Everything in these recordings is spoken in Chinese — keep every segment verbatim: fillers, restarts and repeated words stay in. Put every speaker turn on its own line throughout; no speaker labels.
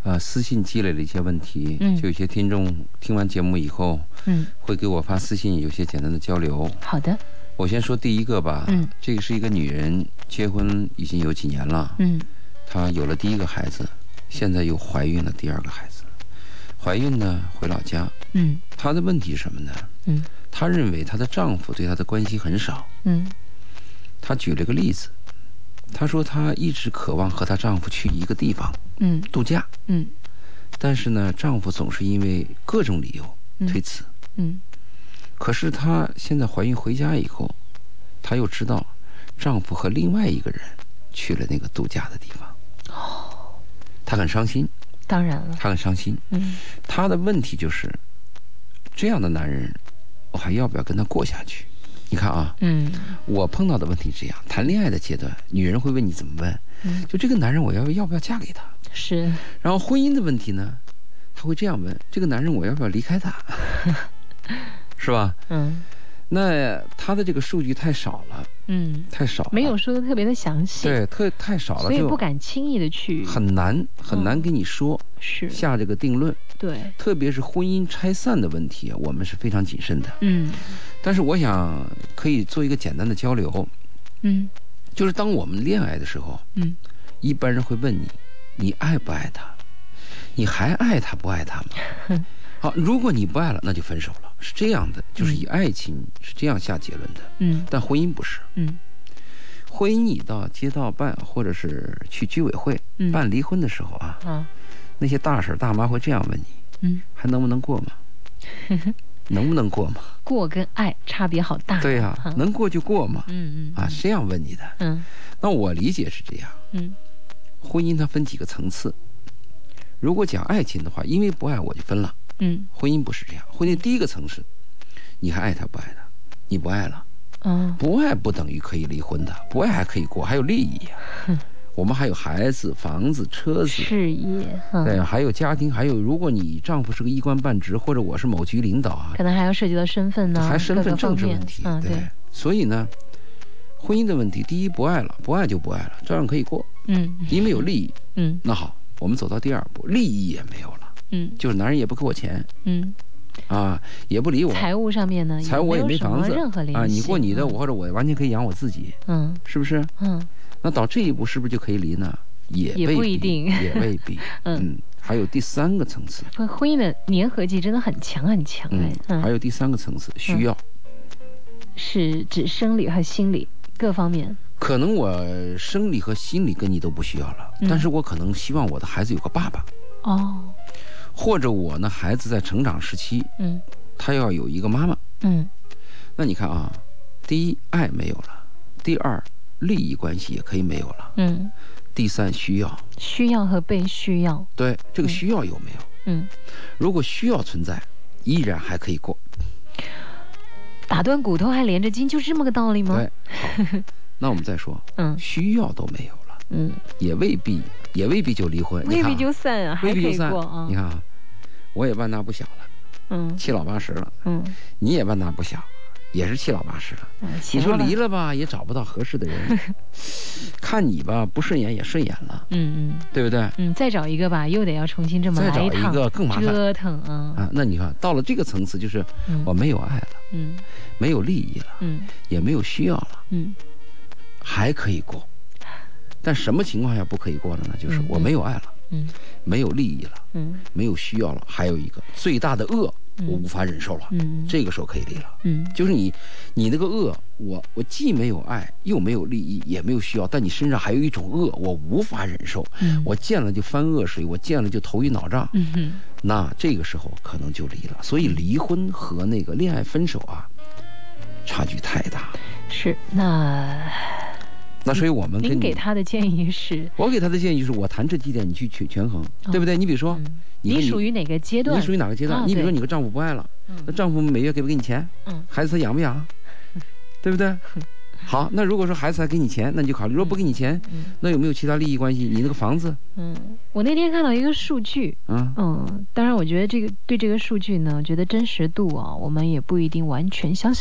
呃私信积累了一些问题，
嗯，
就有些听众听完节目以后，
嗯，
会给我发私信，有些简单的交流。
好的。
我先说第一个吧，
嗯，
这个是一个女人，结婚已经有几年了，
嗯，
她有了第一个孩子，现在又怀孕了第二个孩子，怀孕呢回老家，
嗯，
她的问题是什么呢？
嗯，
她认为她的丈夫对她的关心很少，
嗯，
她举了个例子，她说她一直渴望和她丈夫去一个地方，
嗯，
度假，
嗯，
但是呢，丈夫总是因为各种理由推辞。
嗯，
可是她现在怀孕回家以后，她又知道丈夫和另外一个人去了那个度假的地方。哦，她很伤心。
当然了，
她很伤心。
嗯，
她的问题就是，这样的男人，我还要不要跟他过下去？你看啊，
嗯，
我碰到的问题是这样：谈恋爱的阶段，女人会问你怎么问？
嗯，
就这个男人，我要要不要嫁给他？
是。
然后婚姻的问题呢，他会这样问：这个男人，我要不要离开他？是吧？
嗯，
那他的这个数据太少了，
嗯，
太少了，
没有说的特别的详细，
对，特太少了，
所以不敢轻易的去，
很难很难给你说，
嗯、是
下这个定论。
对，
特别是婚姻拆散的问题，我们是非常谨慎的。
嗯，
但是我想可以做一个简单的交流，
嗯，
就是当我们恋爱的时候，
嗯，
一般人会问你，你爱不爱他？你还爱他不爱他吗？好，如果你不爱了，那就分手了，是这样的，就是以爱情是这样下结论的。
嗯，
但婚姻不是。
嗯，
婚姻你到街道办或者是去居委会办离婚的时候啊，
嗯，
那些大婶大妈会这样问你，嗯，还能不能过吗？能不能过吗？
过跟爱差别好大。
对呀、啊，能过就过嘛。
嗯嗯，
啊，是这样问你的。嗯，那我理解是这样。嗯，婚姻它分几个层次。如果讲爱情的话，因为不爱我就分了。嗯，婚姻不是这样。婚姻第一个层次，你还爱他不爱他？你不爱了。嗯，不爱不等于可以离婚的，不爱还可以过，还有利益呀、啊。我们还有孩子、房子、车子、
事业，嗯、
对，还有家庭，还有如果你丈夫是个一官半职，或者我是某局领导啊，
可能还要涉及到身份呢，
还身份政治问题。
嗯，对。
对，所以呢，婚姻的问题，第一不爱了，不爱就不爱了，照样可以过。嗯，因为有利益。嗯，那好，我们走到第二步，利益也没有了。嗯，就是男人也不给我钱。嗯。啊，也不理我。
财务上面呢，
财务我也没房子，
任何联系
啊，你过你的，嗯、我或者我完全可以养我自己。嗯，是不是？嗯，那到这一步是不是就可以离呢？也
也不一定，
也未必。嗯, 嗯，还有第三个层次，
婚姻的粘合剂真的很强很强哎。
嗯，还有第三个层次，需要、
嗯，是指生理和心理各方面。
可能我生理和心理跟你都不需要了，嗯、但是我可能希望我的孩子有个爸爸。哦。或者我呢，孩子在成长时期，嗯，他要有一个妈妈，嗯，那你看啊，第一爱没有了，第二利益关系也可以没有了，嗯，第三需要，
需要和被需要，
对，这个需要有没有？嗯，如果需要存在，依然还可以过。
打断骨头还连着筋，就是这么个道理吗？
对，好，那我们再说，嗯，需要都没有了，嗯，也未必。也未必就离婚，
未必就散啊，
未必就散
啊。
你看啊，我也半大不小了，嗯，七老八十了，嗯，你也半大不小，也是七老八十了。嗯、你说离了吧，也找不到合适的人，看你吧不顺眼也顺眼了，嗯嗯，对不对？
嗯，再找一个吧，又得要重新这么来一趟，
再找一个更麻烦，
折腾啊
啊！那你看到了这个层次，就是我没有爱了，嗯，没有利益了，嗯，也没有需要了，嗯，还可以过。但什么情况下不可以过了呢？就是我没有爱了，嗯，没有利益了，嗯，没有需要了，还有一个最大的恶，我无法忍受了，嗯，这个时候可以离了，嗯，就是你，你那个恶，我我既没有爱，又没有利益，也没有需要，但你身上还有一种恶，我无法忍受，嗯，我见了就翻恶水，我见了就头晕脑胀，嗯哼，那这个时候可能就离了。所以离婚和那个恋爱分手啊，差距太大。
是那。
那所以我们
您给他的建议是，
我给他的建议就是我谈这几点你去权权衡，哦、对不对？你比如说，嗯、
你, 你属于哪个阶段？
你属于哪个阶段？啊、你比如说你和丈夫不爱了，嗯、那丈夫每月给不给你钱？嗯，孩子他养不养？嗯、对不对？好，那如果说孩子还给你钱，那你就考虑，如果不给你钱，嗯、那有没有其他利益关系？你那个房子？
嗯，我那天看到一个数据，嗯嗯，当然我觉得这个对这个数据呢，觉得真实度啊，我们也不一定完全相信。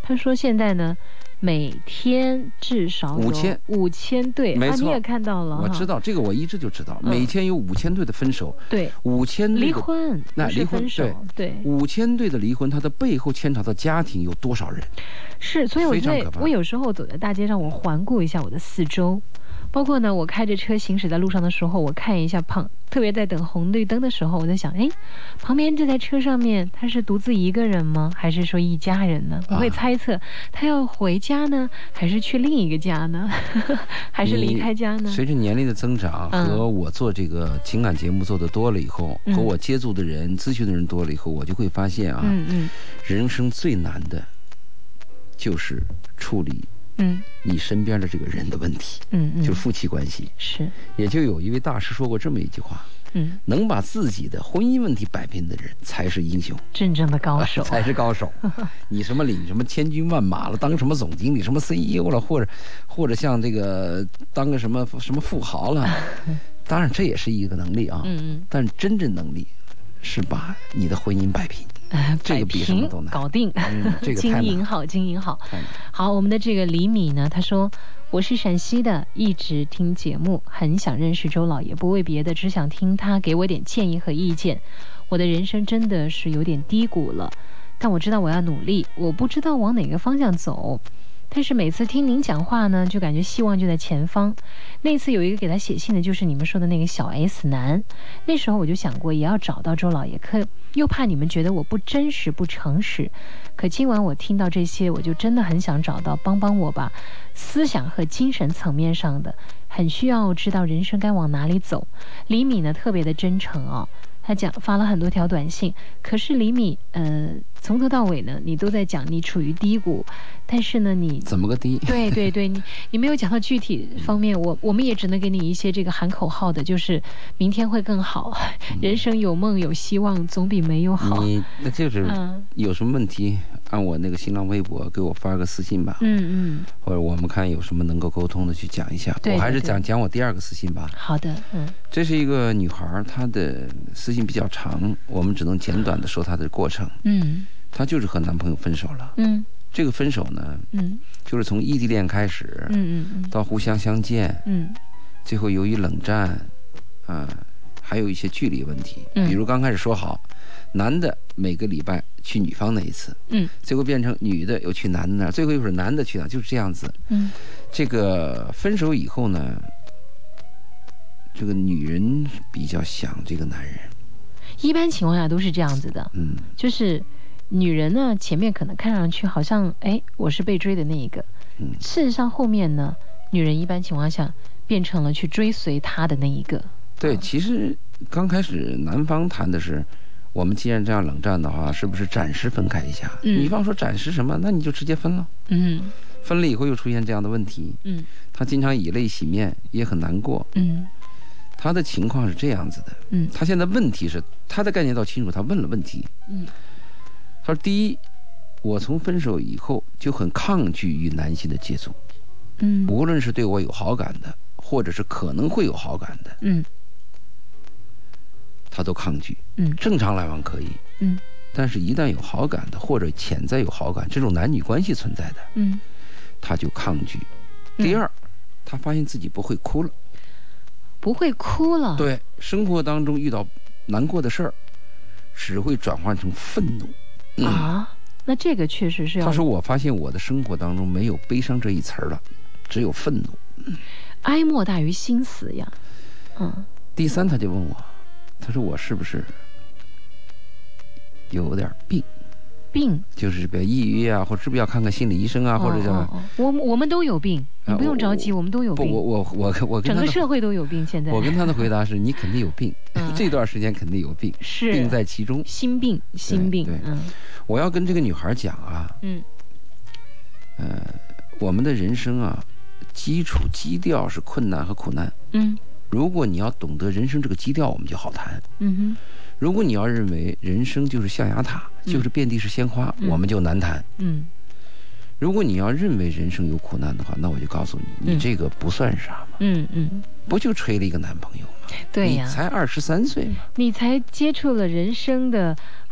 他说现在呢，每天至少有
五千
五千对，
没错、
啊，你也看到了，
我知道这个，我一直就知道，嗯、每天有五千对的分手，
对，
五千
离婚，
那离婚
分手，对，
五千对的离婚，它的背后牵扯到家庭有多少人？
是，所以我在我有时候走在大街上，我环顾一下我的四周。包括呢，我开着车行驶在路上的时候，我看一下旁，特别在等红绿灯的时候，我在想，哎，旁边这台车上面他是独自一个人吗？还是说一家人呢？我会猜测，他要回家呢，还是去另一个家呢？还是离开家呢？
随着年龄的增长和我做这个情感节目做的多了以后，嗯、和我接触的人、咨询的人多了以后，我就会发现啊，嗯嗯，人生最难的，就是处理。嗯，你身边的这个人的问题，嗯嗯，就是夫妻关系
是，
也就有一位大师说过这么一句话，嗯，能把自己的婚姻问题摆平的人才是英雄，
真正的高手，
啊、才是高手。你什么领什么千军万马了，当什么总经理、什么 C E O 了，或者或者像这个当个什么什么富豪了，当然这也是一个能力啊，嗯嗯，但真正能力是把你的婚姻摆平。
呃，
这个比什么都难，
搞定，
嗯，这个太难，
经营好，经营好。好，我们的这个李米呢，他说我是陕西的，一直听节目，很想认识周老爷，不为别的，只想听他给我点建议和意见。我的人生真的是有点低谷了，但我知道我要努力，我不知道往哪个方向走。但是每次听您讲话呢，就感觉希望就在前方。那次有一个给他写信的，就是你们说的那个小 S 男。那时候我就想过，也要找到周老爷，可又怕你们觉得我不真实、不诚实。可今晚我听到这些，我就真的很想找到帮帮我吧。思想和精神层面上的，很需要知道人生该往哪里走。李米呢，特别的真诚哦。他讲发了很多条短信，可是李米，呃，从头到尾呢，你都在讲你处于低谷，但是呢，你
怎么个低？
对对对，你你没有讲到具体方面，我我们也只能给你一些这个喊口号的，就是明天会更好，嗯、人生有梦有希望，总比没有好。
你那就是有什么问题，嗯、按我那个新浪微博给我发个私信吧，嗯嗯，或者我们看有什么能够沟通的去讲一下。
对对对，
我还是讲讲我第二个私信吧。
好的，嗯，
这是一个女孩，她的私信比较长，我们只能简短的说她的过程。嗯，她就是和男朋友分手了。嗯，这个分手呢，嗯，就是从异地恋开始，嗯嗯，到互相相见，嗯，最后由于冷战，啊、呃，还有一些距离问题，比如刚开始说好，男的每个礼拜去女方那一次，嗯，最后变成女的又去男的那儿，最后又是男的去哪，就是这样子。嗯，这个分手以后呢，这个女人比较想这个男人，
一般情况下都是这样子的，嗯，就是女人呢前面可能看上去好像哎我是被追的那一个，嗯，事实上后面呢，女人一般情况下变成了去追随他的那一个。
对，其实刚开始男方谈的是，我们既然这样冷战的话，是不是暂时分开一下？嗯，女方说暂时什么？那你就直接分了。嗯，分了以后又出现这样的问题，嗯，他经常以泪洗面，也很难过，嗯。他的情况是这样子的，嗯，他现在问题是他的概念倒清楚，他问了问题，嗯，他说第一，我从分手以后就很抗拒与男性的接触，嗯，无论是对我有好感的，或者是可能会有好感的，嗯，他都抗拒，嗯，正常来往可以，嗯，但是一旦有好感的或者潜在有好感这种男女关系存在的，嗯，他就抗拒。第二，他发现自己不会哭了。
不会哭了，
对，生活当中遇到难过的事儿，只会转换成愤怒、
嗯、啊。那这个确实是要。
他说：“我发现我的生活当中没有悲伤这一词儿了，只有愤怒。嗯”
哀莫大于心死呀。嗯。
第三，他就问我，他说：“我是不是有点病？”
病
就是比如抑郁啊，或者是不是要看看心理医生啊，哦、或者叫……哦
哦、我我们都有病。你不用着急，我们都有病。
不，我我我我
整个社会都有病。现在
我跟他的回答是：你肯定有病，嗯、这段时间肯定有病，
是
病在其中，
心病，心病。
对，对嗯，我要跟这个女孩讲啊，嗯，呃，我们的人生啊，基础基调是困难和苦难，嗯，如果你要懂得人生这个基调，我们就好谈，嗯哼。如果你要认为人生就是象牙塔，嗯、就是遍地是鲜花，嗯、我们就难谈，嗯。如果你要认为人生有苦难的话，那我就告诉你，你这个不算啥嘛，嗯嗯，不就吹了一个男朋友吗？
对呀，
你才二十三岁嘛，
你才接触了人生的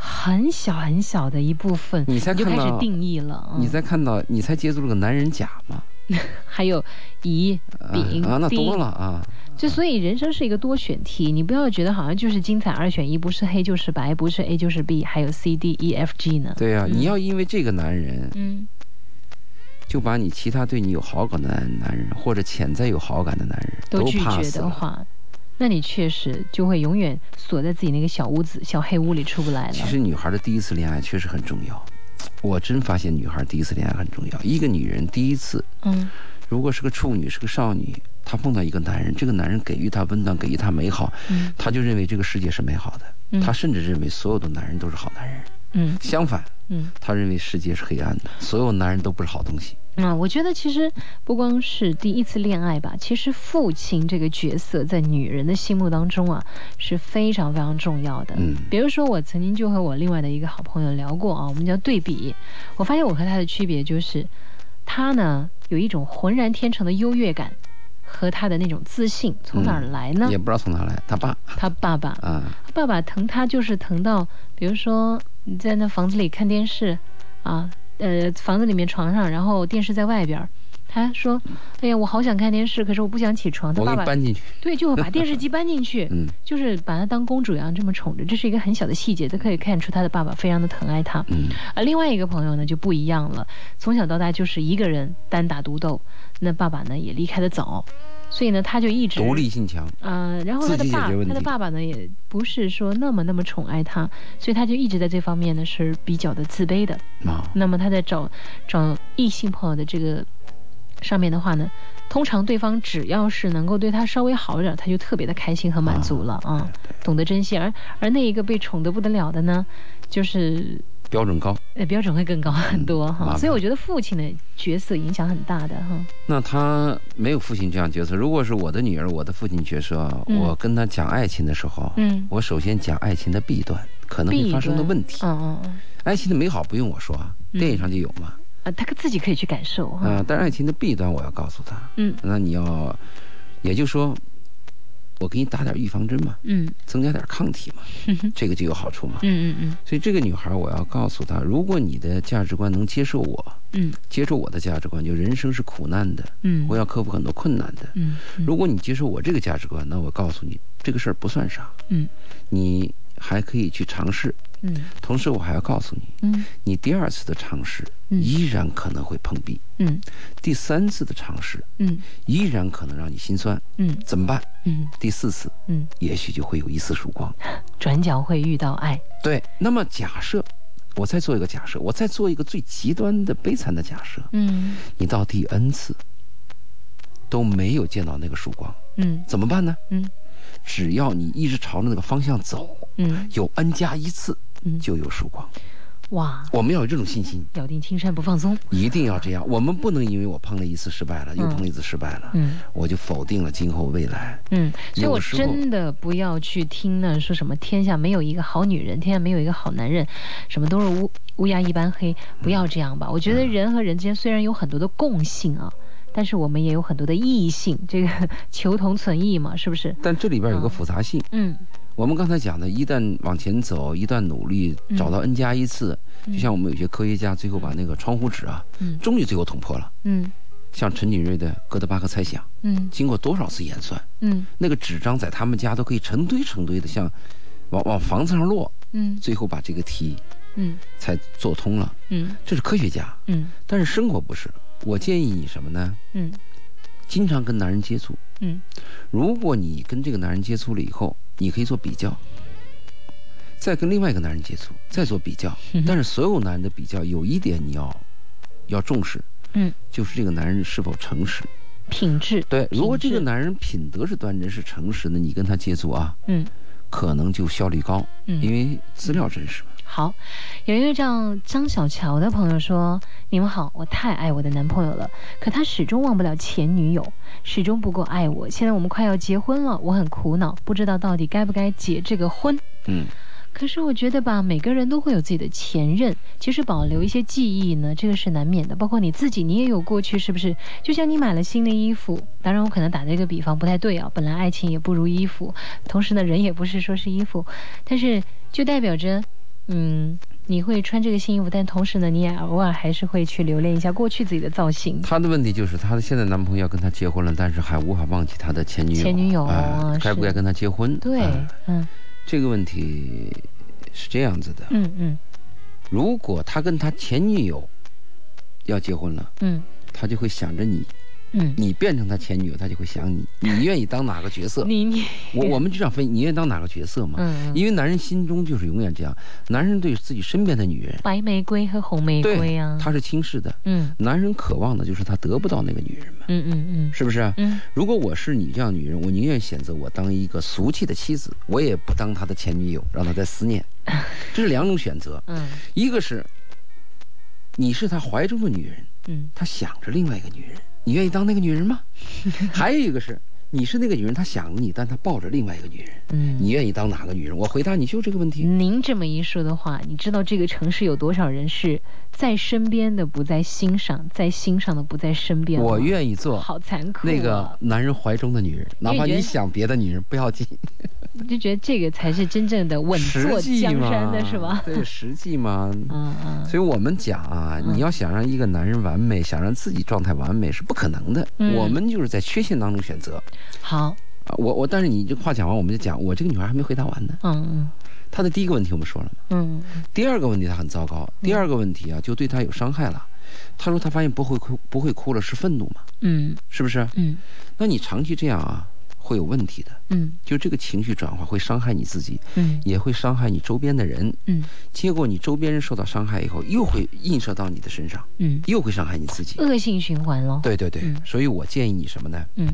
很小很小的一部分，
你才看到
就开始定义了。
嗯、你才看到，你才接触了个男人甲嘛，
还有乙、丙
啊，那多了啊。
就所以人生是一个多选题，你不要觉得好像就是精彩二选一，不是黑就是白，不是 A 就是 B， 还有 C D E F G 呢。
对呀、啊嗯，你要因为这个男人，
嗯，
就把你其他对你有好感的男人或者潜在有好感的男人
都拒
绝
的话，那你确实就会永远锁在自己那个小屋子、小黑屋里出不来了。
其实女孩的第一次恋爱确实很重要，我真发现女孩第一次恋爱很重要。一个女人第一次，嗯，如果是个处女，是个少女，她碰到一个男人，这个男人给予她温暖，给予她美好，嗯，她就认为这个世界是美好的，嗯，她甚至认为所有的男人都是好男人，嗯，相反，嗯，她认为世界是黑暗的，所有男人都不是好东西。
嗯，我觉得其实不光是第一次恋爱吧，其实父亲这个角色在女人的心目当中啊是非常非常重要的。嗯，比如说我曾经就和我另外的一个好朋友聊过啊，我们叫对比，我发现我和他的区别就是，他呢有一种浑然天成的优越感和他的那种自信，从哪儿来呢？
嗯、也不知道从哪来，他爸，
他爸爸
啊，
他爸爸疼他就是疼到，比如说你在那房子里看电视啊。呃，房子里面床上，然后电视在外边，他说：“哎呀，我好想看电视，可是我不想起床。”他爸爸
搬进去，
对，就会把电视机搬进去，
嗯，
就是把他当公主一样这么宠着。这是一个很小的细节，都可以看出他的爸爸非常的疼爱他。
嗯，
而另外一个朋友呢就不一样了，从小到大就是一个人单打独斗，那爸爸呢也离开得早。所以呢，他就一直
独立性强，
嗯、呃，然后他的爸，他的爸爸呢，也不是说那么那么宠爱他，所以他就一直在这方面呢是比较的自卑的。
哦、
那么他在找找异性朋友的这个上面的话呢，通常对方只要是能够对他稍微好一点，他就特别的开心和满足了啊，
哦、
懂得珍惜。而而那一个被宠得不得了的呢，就是
标准高，
呃，标准会更高很多哈、
嗯。
所以我觉得父亲的角色影响很大的哈。
那他没有父亲这样角色。如果是我的女儿，我的父亲角色，嗯、我跟他讲爱情的时候，嗯，我首先讲爱情的弊端，可能会发生的问题。
嗯嗯嗯，
爱情的美好不用我说啊，嗯、电影上就有嘛。
啊，他自己可以去感受哈。
啊、呃，但是爱情的弊端我要告诉他。
嗯，
那你要，也就是说，我给你打点预防针嘛，嗯，增加点抗体嘛，这个就有好处嘛。
嗯嗯嗯。
所以这个女孩我要告诉她，如果你的价值观能接受我，嗯，接受我的价值观，就人生是苦难的，嗯，我要克服很多困难的，嗯，如果你接受我这个价值观，那我告诉你，这个事儿不算啥，嗯，你还可以去尝试，嗯，同时我还要告诉你，嗯，你第二次的尝试，依然可能会碰壁，嗯，第三次的尝试，嗯，依然可能让你心酸，嗯，怎么办？嗯，第四次，嗯，也许就会有一丝曙光，
转角会遇到爱。
对，那么假设，我再做一个假设，我再做一个最极端的悲惨的假设，嗯，你到第 N 次都没有见到那个曙光，嗯，怎么办呢？嗯，只要你一直朝着那个方向走，嗯，有 N 加一次，嗯，就有曙光。
哇，
我们要有这种信心，
咬定青山不放松，
一定要这样。我们不能因为我碰了一次失败了，又碰了一次失败了，嗯，我就否定了今后未来。
嗯，所以我真的不要去听呢，说什么天下没有一个好女人，天下没有一个好男人，什么都是乌乌鸦一般黑，不要这样吧。我觉得人和人之间虽然有很多的共性啊，但是我们也有很多的异性，这个求同存异嘛，是不是？
但这里边有个复杂性，嗯。我们刚才讲的，一旦往前走，一旦努力找到 N 加一次，嗯、就像我们有些科学家最后把那个窗户纸啊，嗯，终于最后捅破了，嗯，像陈景瑞的哥德巴赫猜想，嗯，经过多少次演算，嗯，那个纸张在他们家都可以成堆成堆的像往往房子上落，嗯，最后把这个题，嗯，才做通了，嗯，这是科学家，嗯，但是生活不是。我建议你什么呢？嗯，经常跟男人接触，嗯，如果你跟这个男人接触了以后，你可以做比较，再跟另外一个男人接触，再做比较。但是所有男人的比较有一点你要要重视，嗯，就是这个男人是否诚实，
品质。
对，如果这个男人品德是端正是诚实的，你跟他接触啊，嗯，可能就效率高，嗯，因为资料真实嘛。
好，有一位叫张小乔的朋友说，你们好，我太爱我的男朋友了，可他始终忘不了前女友，始终不够爱我，现在我们快要结婚了，我很苦恼，不知道到底该不该结这个婚。嗯，可是我觉得吧，每个人都会有自己的前任，其实保留一些记忆呢，这个是难免的，包括你自己，你也有过去，是不是？就像你买了新的衣服，当然我可能打这个比方不太对啊，本来爱情也不如衣服，同时呢人也不是说是衣服，但是就代表着嗯，你会穿这个新衣服，但同时呢，你也偶尔还是会去留恋一下过去自己的造型。
她的问题就是她的现在男朋友要跟她结婚了，但是还无法忘记她的前女友。
前女友
啊，该不该跟她结婚？
对，
啊、
嗯，
这个问题是这样子的。
嗯嗯，
如果他跟他前女友要结婚了，
嗯，
他就会想着你。嗯，你变成他前女友，他就会想你，你愿意当哪个角色？
你你
我我们就这样分，你愿意当哪个角色嘛？嗯，因为男人心中就是永远这样，男人对自己身边的女人，
白玫瑰和红玫瑰啊，
他是轻视的。嗯，男人渴望的就是他得不到那个女人嘛。嗯嗯嗯，是不是？嗯，如果我是你这样的女人，我宁愿选择我当一个俗气的妻子，我也不当他的前女友，让他再思念。这是两种选择。嗯，一个是你是他怀中的女人，嗯，他想着另外一个女人。你愿意当那个女人吗？还有一个是，你是那个女人，她想你，但她抱着另外一个女人。嗯，你愿意当哪个女人？我回答你就这个问题。
您这么一说的话，你知道这个城市有多少人是在身边的不在欣赏，在欣赏的不在身边？
我愿意做，
好残酷、啊。
那个男人怀中的女人，哪怕你想别的女人不要紧。
你就觉得这个才是真正的稳坐江山的是吧？
对，实际嘛。嗯嗯。所以我们讲啊，你要想让一个男人完美，想让自己状态完美是不可能的。嗯。我们就是在缺陷当中选择。
好。
啊，我我，但是你这话讲完，我们就讲，我这个女孩还没回答完呢。嗯嗯。她的第一个问题我们说了嘛。嗯。第二个问题她很糟糕。第二个问题啊，就对她有伤害了。她说她发现不会哭，不会哭了是愤怒嘛？嗯。是不是？嗯。那你长期这样啊？会有问题的。嗯，就这个情绪转化会伤害你自己。嗯，也会伤害你周边的人。嗯，结果你周边人受到伤害以后，又会映射到你的身上。嗯，又会伤害你自己，
恶性循环了。
对对对。嗯，所以我建议你什么呢？嗯，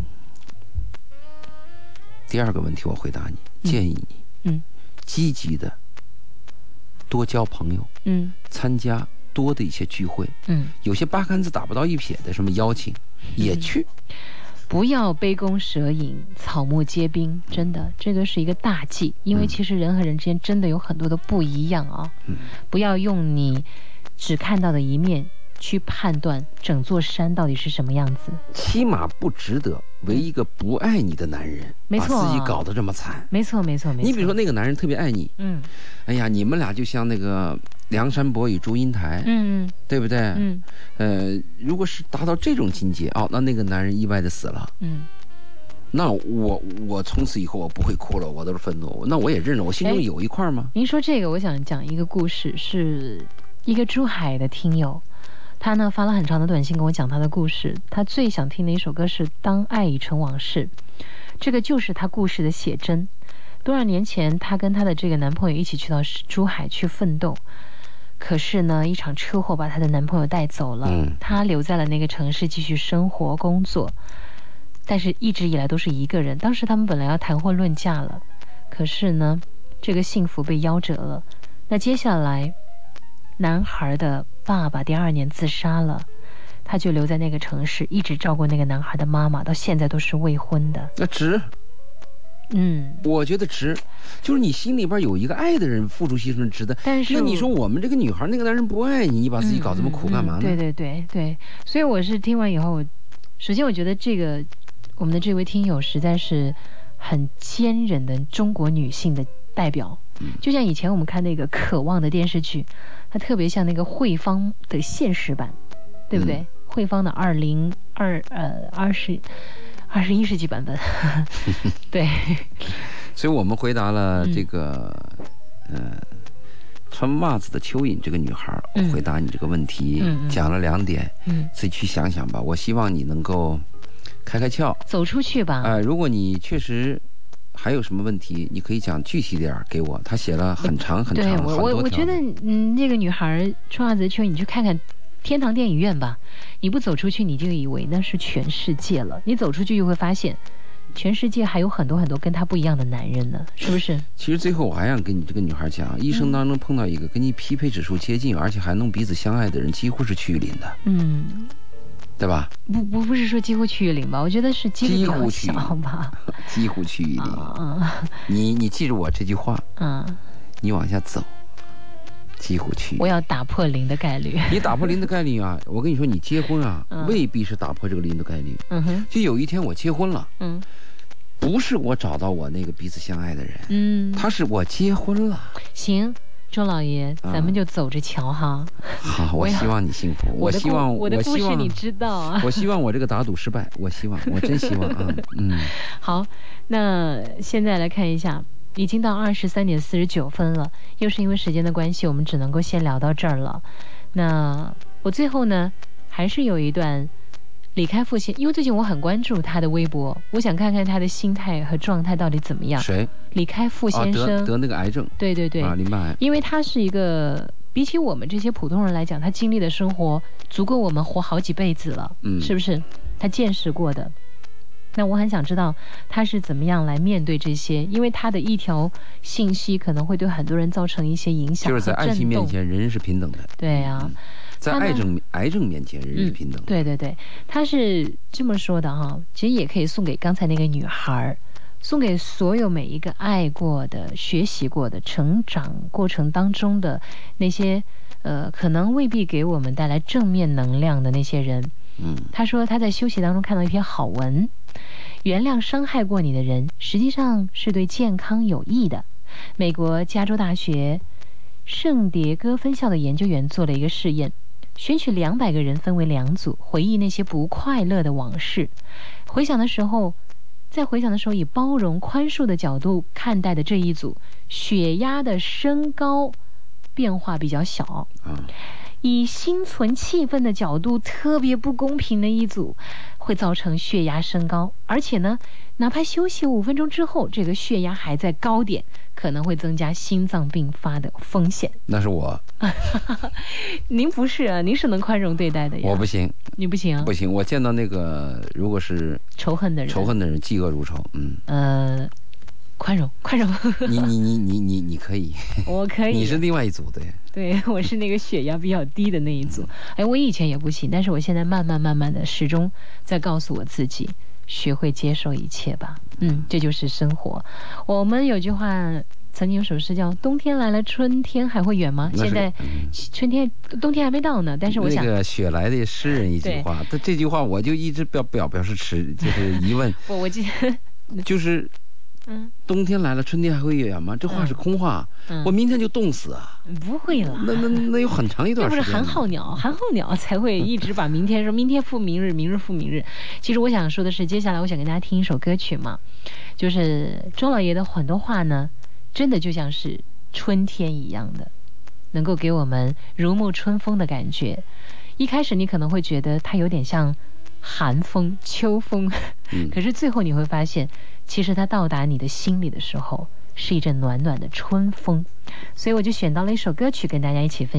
第二个问题我回答你，嗯、建议你，嗯，积极的多交朋友。嗯，参加多的一些聚会。嗯，有些八竿子打不到一撇的什么邀请，也去。嗯，
不要杯弓蛇影，草木皆兵，真的，这个是一个大忌。因为其实人和人之间真的有很多的不一样啊。嗯，不要用你只看到的一面去判断整座山到底是什么样子。
起码不值得为一个不爱你的男人，
没错，
把自己搞得这么惨。
没错，没错，没错。
你比如说那个男人特别爱你，嗯，哎呀，你们俩就像那个梁山伯与祝英台，嗯嗯，对不对？嗯，呃，如果是达到这种境界，哦，那那个男人意外的死了，嗯，那我我从此以后我不会哭了，我都是愤怒，那我也认了，我心中有一块吗？
您说这个，我想讲一个故事，是一个珠海的听友。他呢发了很长的短信跟我讲他的故事，他最想听的一首歌是《当爱已成往事》，这个就是他故事的写真。多少年前，她跟她的这个男朋友一起去到珠海去奋斗，可是呢，一场车祸把她的男朋友带走了，嗯，她留在了那个城市继续生活工作，但是一直以来都是一个人。当时他们本来要谈婚论嫁了，可是呢，这个幸福被夭折了。那接下来，男孩的爸爸第二年自杀了，他就留在那个城市，一直照顾那个男孩的妈妈，到现在都是未婚的。
那值。嗯，我觉得值，就是你心里边有一个爱的人，付出牺牲值得。
但是，
那你说我们这个女孩，那个男人不爱你，你把自己搞这么苦干嘛呢？
嗯嗯、对对对对，所以我是听完以后，首先我觉得这个我们的这位听友实在是很坚韧的中国女性的代表。嗯、就像以前我们看那个《渴望》的电视剧，它特别像那个慧芳的现实版，对不对？嗯、慧芳的二零二呃二十。二十一世纪版本，对，
所以我们回答了这个，嗯、呃，穿袜子的蚯蚓这个女孩，我回答你这个问题，嗯、讲了两点，嗯，自己去想想吧。我希望你能够开开窍，
走出去吧。
呃，如果你确实还有什么问题，你可以讲具体点给我。他写了很长很长
对
很多条。
我我觉得，嗯，那个女孩穿袜子的蚯蚓，你去看看天堂电影院吧。你不走出去，你就以为那是全世界了。你走出去就会发现，全世界还有很多很多跟他不一样的男人呢，是不是？
其实最后我还想跟你这个女孩讲，一生当中碰到一个跟你匹配指数接近，嗯、而且还能彼此相爱的人，几乎是趋于零的。嗯，对吧？
不不不是说几乎趋于零吧，我觉得是几乎比较小吧。
几乎趋于零。啊、你你记住我这句话。嗯。你往下走。几乎去，
我要打破零的概率。
你打破零的概率啊！我跟你说，你结婚啊，嗯、未必是打破这个零的概率。嗯哼，就有一天我结婚了，嗯，不是我找到我那个彼此相爱的人，嗯，他是我结婚了。
行， 周老爷，咱们就走着瞧哈。
好，我希望你幸福。我希望
我的故事你知道啊。
我希望我这个打赌失败，我希望，我真希望啊。嗯。
好，那现在来看一下，已经到二十三点四十九分了，又是因为时间的关系，我们只能够先聊到这儿了。那我最后呢，还是有一段李开复先，因为最近我很关注他的微博，我想看看他的心态和状态到底怎么样。
谁？
李开复先生、
哦、得得那个癌症。
对对对，
啊，淋巴癌。
因为他是一个比起我们这些普通人来讲，他经历的生活足够我们活好几辈子了，嗯，是不是？他见识过的。那我很想知道他是怎么样来面对这些，因为他的一条信息可能会对很多人造成一些影响和震动。
就是在爱情面前，人人是平等的。
对啊。嗯，
在癌症癌症面前，人人是平等的。
嗯。对对对，他是这么说的哈，其实也可以送给刚才那个女孩，送给所有每一个爱过的、学习过的、成长过程当中的那些呃，可能未必给我们带来正面能量的那些人。嗯，他说他在休息当中看到一篇好文，原谅伤害过你的人，实际上是对健康有益的。美国加州大学圣迭戈分校的研究员做了一个试验，选取两百个人分为两组，回忆那些不快乐的往事。回想的时候，在回想的时候以包容宽恕的角度看待的这一组，血压的升高变化比较小。嗯，以心存气愤的角度特别不公平的一组，会造成血压升高，而且呢，哪怕休息五分钟之后，这个血压还在高点，可能会增加心脏病发的风险。
那是我。
您不是啊，您是能宽容对待的呀。
我不行。
你不行。
不行，我见到那个如果是
仇恨的人，
仇恨的人，嫉恶如仇。嗯。
呃。宽容，宽容。
你你你你你你可以，
我可以。
你是另外一组，对。
对，我是那个血压比较低的那一组。哎，我以前也不行，但是我现在慢慢慢慢的，始终在告诉我自己，学会接受一切吧。嗯，这就是生活。我们有句话，曾经有首诗叫“冬天来了，春天还会远吗？”现在、嗯、春天、冬天还没到呢。但是我想，
那个雪莱的诗人一句话，他这句话我就一直表表表示持就是疑问。
不，我记得
就是。嗯，冬天来了，春天还会远吗？这话是空话。嗯，我明天就冻死啊！
不会了，
那那那有很长一段时间。
那不是寒号鸟，寒号鸟才会一直把明天说，明天复明日，明日复明日。其实我想说的是，接下来我想跟大家听一首歌曲嘛，就是周老爷的很多话呢，真的就像是春天一样的，能够给我们如沐春风的感觉。一开始你可能会觉得它有点像寒风、秋风，嗯，可是最后你会发现。其实它到达你的心里的时候，是一阵暖暖的春风，所以我就选到了一首歌曲跟大家一起分享。